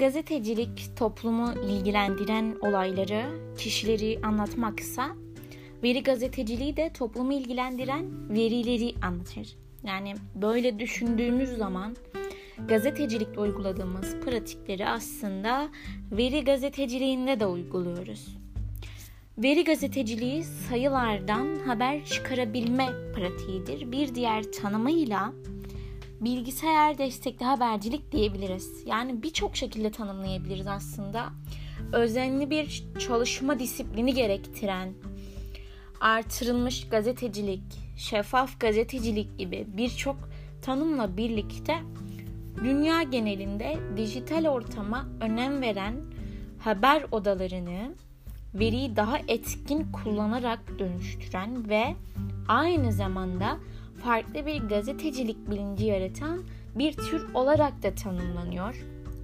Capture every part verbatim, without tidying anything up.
gazetecilik toplumu ilgilendiren olayları, kişileri anlatmaksa, veri gazeteciliği de toplumu ilgilendiren verileri anlatır. Yani böyle düşündüğümüz zaman gazetecilikte uyguladığımız pratikleri aslında veri gazeteciliğinde de uyguluyoruz. Veri gazeteciliği sayılardan haber çıkarabilme pratiğidir. Bir diğer tanımıyla bilgisayar destekli habercilik diyebiliriz. Yani birçok şekilde tanımlayabiliriz aslında. Özenli bir çalışma disiplini gerektiren, artırılmış gazetecilik, şeffaf gazetecilik gibi birçok tanımla birlikte dünya genelinde dijital ortama önem veren haber odalarını veriyi daha etkin kullanarak dönüştüren ve aynı zamanda farklı bir gazetecilik bilinci yaratan bir tür olarak da tanımlanıyor.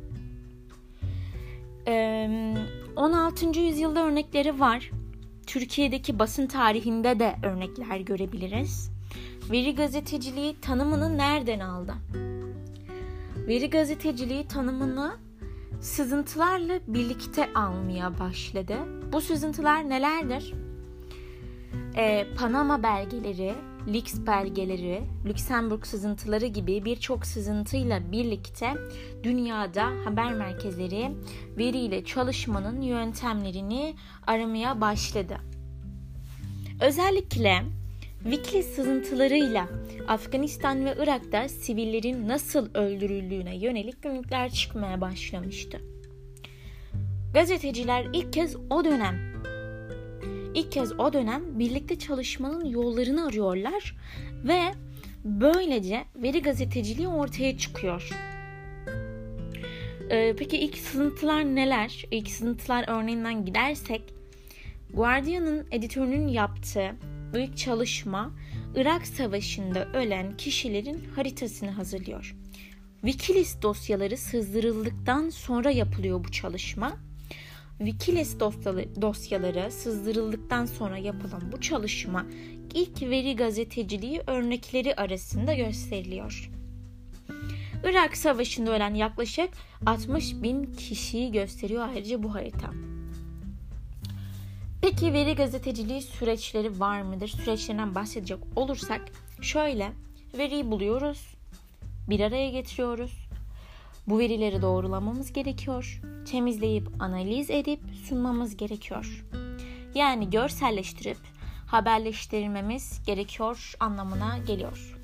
on altıncı yüzyılda örnekleri var. Türkiye'deki basın tarihinde de örnekler görebiliriz. Veri gazeteciliği tanımını nereden aldı? Veri gazeteciliği tanımını sızıntılarla birlikte almaya başladı. Bu sızıntılar nelerdir? Ee, Panama belgeleri, Leaks belgeleri, Lüksemburg sızıntıları gibi birçok sızıntıyla birlikte dünyada haber merkezleri veriyle çalışmanın yöntemlerini aramaya başladı. Özellikle Wikileaks sızıntılarıyla Afganistan ve Irak'ta sivillerin nasıl öldürüldüğüne yönelik günlükler çıkmaya başlamıştı. Gazeteciler ilk kez o dönem ilk kez o dönem birlikte çalışmanın yollarını arıyorlar ve böylece veri gazeteciliği ortaya çıkıyor. Ee, peki ilk sızıntılar neler? İlk sızıntılar örneğinden gidersek, Guardian'ın editörünün yaptığı büyük çalışma Irak Savaşı'nda ölen kişilerin haritasını hazırlıyor. Wikileaks dosyaları sızdırıldıktan sonra yapılıyor bu çalışma. Wikileaks dosyaları sızdırıldıktan sonra yapılan bu çalışma ilk veri gazeteciliği örnekleri arasında gösteriliyor. Irak Savaşı'nda ölen yaklaşık altmış bin kişiyi gösteriyor ayrıca bu harita. Peki veri gazeteciliği süreçleri var mıdır? Süreçlerinden bahsedecek olursak şöyle: veriyi buluyoruz, bir araya getiriyoruz. Bu verileri doğrulamamız gerekiyor. Temizleyip analiz edip sunmamız gerekiyor. Yani görselleştirip haberleştirmemiz gerekiyor anlamına geliyor.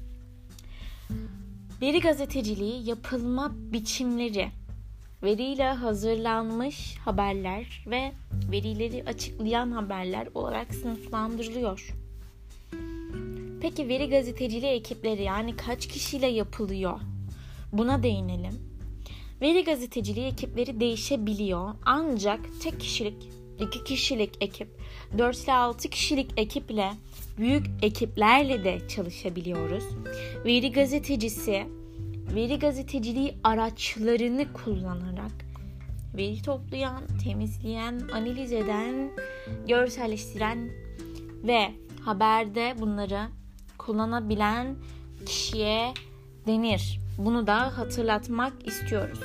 Veri gazeteciliği yapılma biçimleri, veriyle hazırlanmış haberler ve verileri açıklayan haberler olarak sınıflandırılıyor. Peki veri gazeteciliği ekipleri, yani kaç kişiyle yapılıyor? Buna değinelim. Veri gazeteciliği ekipleri değişebiliyor. Ancak tek kişilik, iki kişilik ekip, dört ile altı kişilik ekiple, büyük ekiplerle de çalışabiliyoruz. Veri gazetecisi, veri gazeteciliği araçlarını kullanarak veri toplayan, temizleyen, analiz eden, görselleştiren ve haberde bunları kullanabilen kişiye denir. Bunu da hatırlatmak istiyoruz.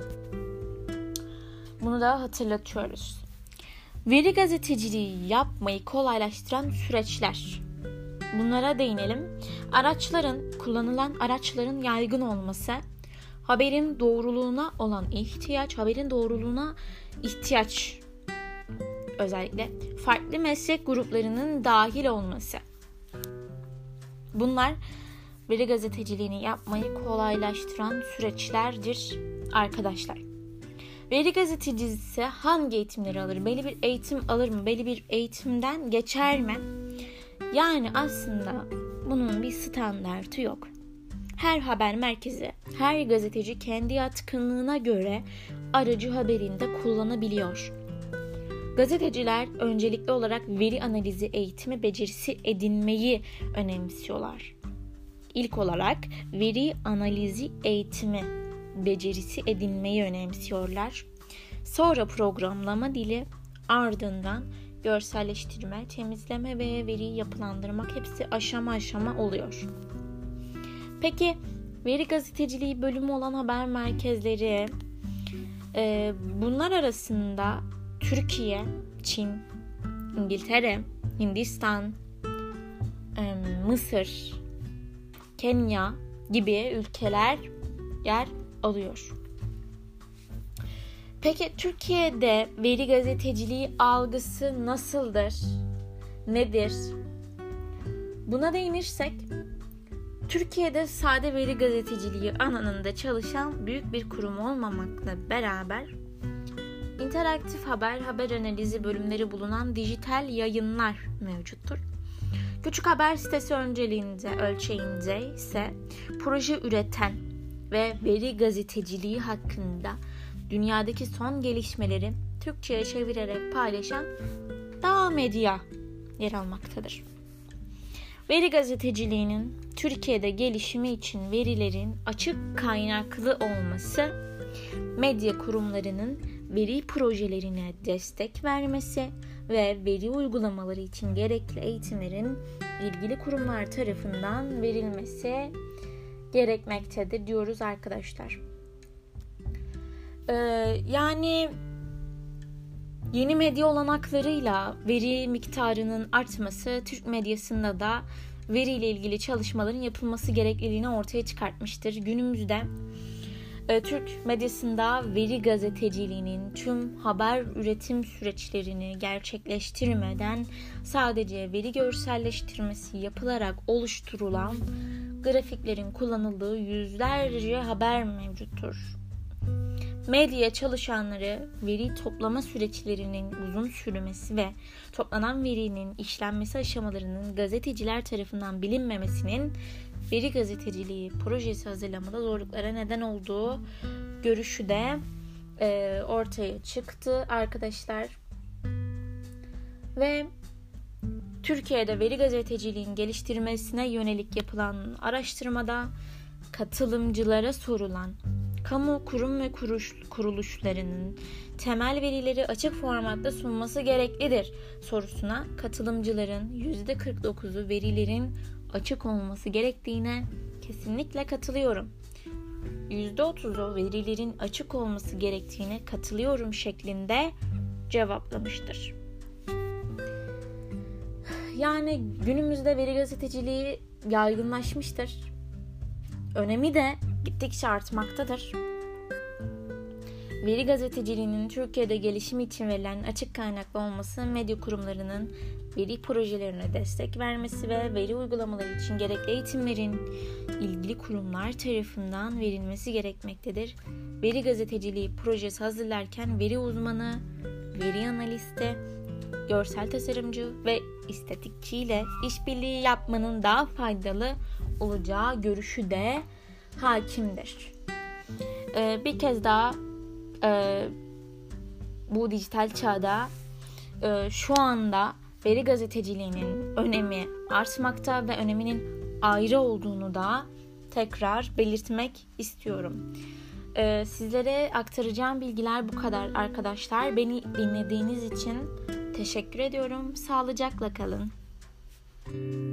Bunu da hatırlatıyoruz. Veri gazeteciliği yapmayı kolaylaştıran süreçler. Bunlara değinelim. Araçların, kullanılan araçların yaygın olması, haberin doğruluğuna olan ihtiyaç, haberin doğruluğuna ihtiyaç, özellikle farklı meslek gruplarının dahil olması. Bunlar veri gazeteciliğini yapmayı kolaylaştıran süreçlerdir arkadaşlar. Veri gazetecisi hangi eğitimleri alır? Belli bir eğitim alır mı? Belli bir eğitimden geçer mi? Yani aslında bunun bir standartı yok. Her haber merkezi, her gazeteci kendi yatkınlığına göre aracı haberinde kullanabiliyor. Gazeteciler öncelikli olarak veri analizi eğitimi becerisi edinmeyi önemsiyorlar. İlk olarak veri analizi eğitimi becerisi edinmeyi önemsiyorlar. Sonra programlama dili, ardından görselleştirme, temizleme ve veriyi yapılandırmak, hepsi aşama aşama oluyor. Peki veri gazeteciliği bölümü olan haber merkezleri Ee, bunlar arasında Türkiye, Çin, İngiltere, Hindistan, e, Mısır, Kenya gibi ülkeler yer alıyor. Peki Türkiye'de veri gazeteciliği algısı nasıldır? Nedir? Buna değinirsek, Türkiye'de sade veri gazeteciliği alanında çalışan büyük bir kurum olmamakla beraber interaktif haber, haber analizi bölümleri bulunan dijital yayınlar mevcuttur. Küçük haber sitesi önceliğinde, ölçeğinde ise proje üreten ve veri gazeteciliği hakkında dünyadaki son gelişmeleri Türkçe'ye çevirerek paylaşan Dağ Medya yer almaktadır. Veri gazeteciliğinin Türkiye'de gelişimi için verilerin açık kaynaklı olması, medya kurumlarının veri projelerine destek vermesi ve veri uygulamaları için gerekli eğitimlerin ilgili kurumlar tarafından verilmesi gerekmektedir diyoruz arkadaşlar. Ee, yani yeni medya olanaklarıyla veri miktarının artması Türk medyasında da veriyle ilgili çalışmaların yapılması gerekliliğini ortaya çıkartmıştır. Günümüzde e, Türk medyasında veri gazeteciliğinin tüm haber üretim süreçlerini gerçekleştirmeden sadece veri görselleştirmesi yapılarak oluşturulan grafiklerin kullanıldığı yüzlerce haber mevcuttur. Medya çalışanları veri toplama süreçlerinin uzun sürmesi ve toplanan verinin işlenmesi aşamalarının gazeteciler tarafından bilinmemesinin veri gazeteciliği projesi hazırlamada zorluklara neden olduğu görüşü de e, ortaya çıktı arkadaşlar. Ve Türkiye'de veri gazeteciliğin geliştirmesine yönelik yapılan araştırmada katılımcılara sorulan kamu kurum ve kuruluşlarının temel verileri açık formatta sunması gereklidir sorusuna katılımcıların yüzde kırk dokuzu verilerin açık olması gerektiğine kesinlikle katılıyorum, yüzde otuzu verilerin açık olması gerektiğine katılıyorum şeklinde cevaplamıştır. Yani günümüzde veri gazeteciliği yaygınlaşmıştır. Önemi de gittikçe artmaktadır. Veri gazeteciliğinin Türkiye'de gelişimi için verilen açık kaynaklı olması, medya kurumlarının veri projelerine destek vermesi ve veri uygulamaları için gerekli eğitimlerin ilgili kurumlar tarafından verilmesi gerekmektedir. Veri gazeteciliği projesi hazırlarken veri uzmanı, veri analisti, görsel tasarımcı ve estetikçiyle işbirliği yapmanın daha faydalı olacağı görüşü de hakimdir. Ee, bir kez daha e, bu dijital çağda e, şu anda veri gazeteciliğinin önemi artmakta ve öneminin ayrı olduğunu da tekrar belirtmek istiyorum. Ee, sizlere aktaracağım bilgiler bu kadar arkadaşlar. Beni dinlediğiniz için teşekkür ediyorum. Sağlıcakla kalın.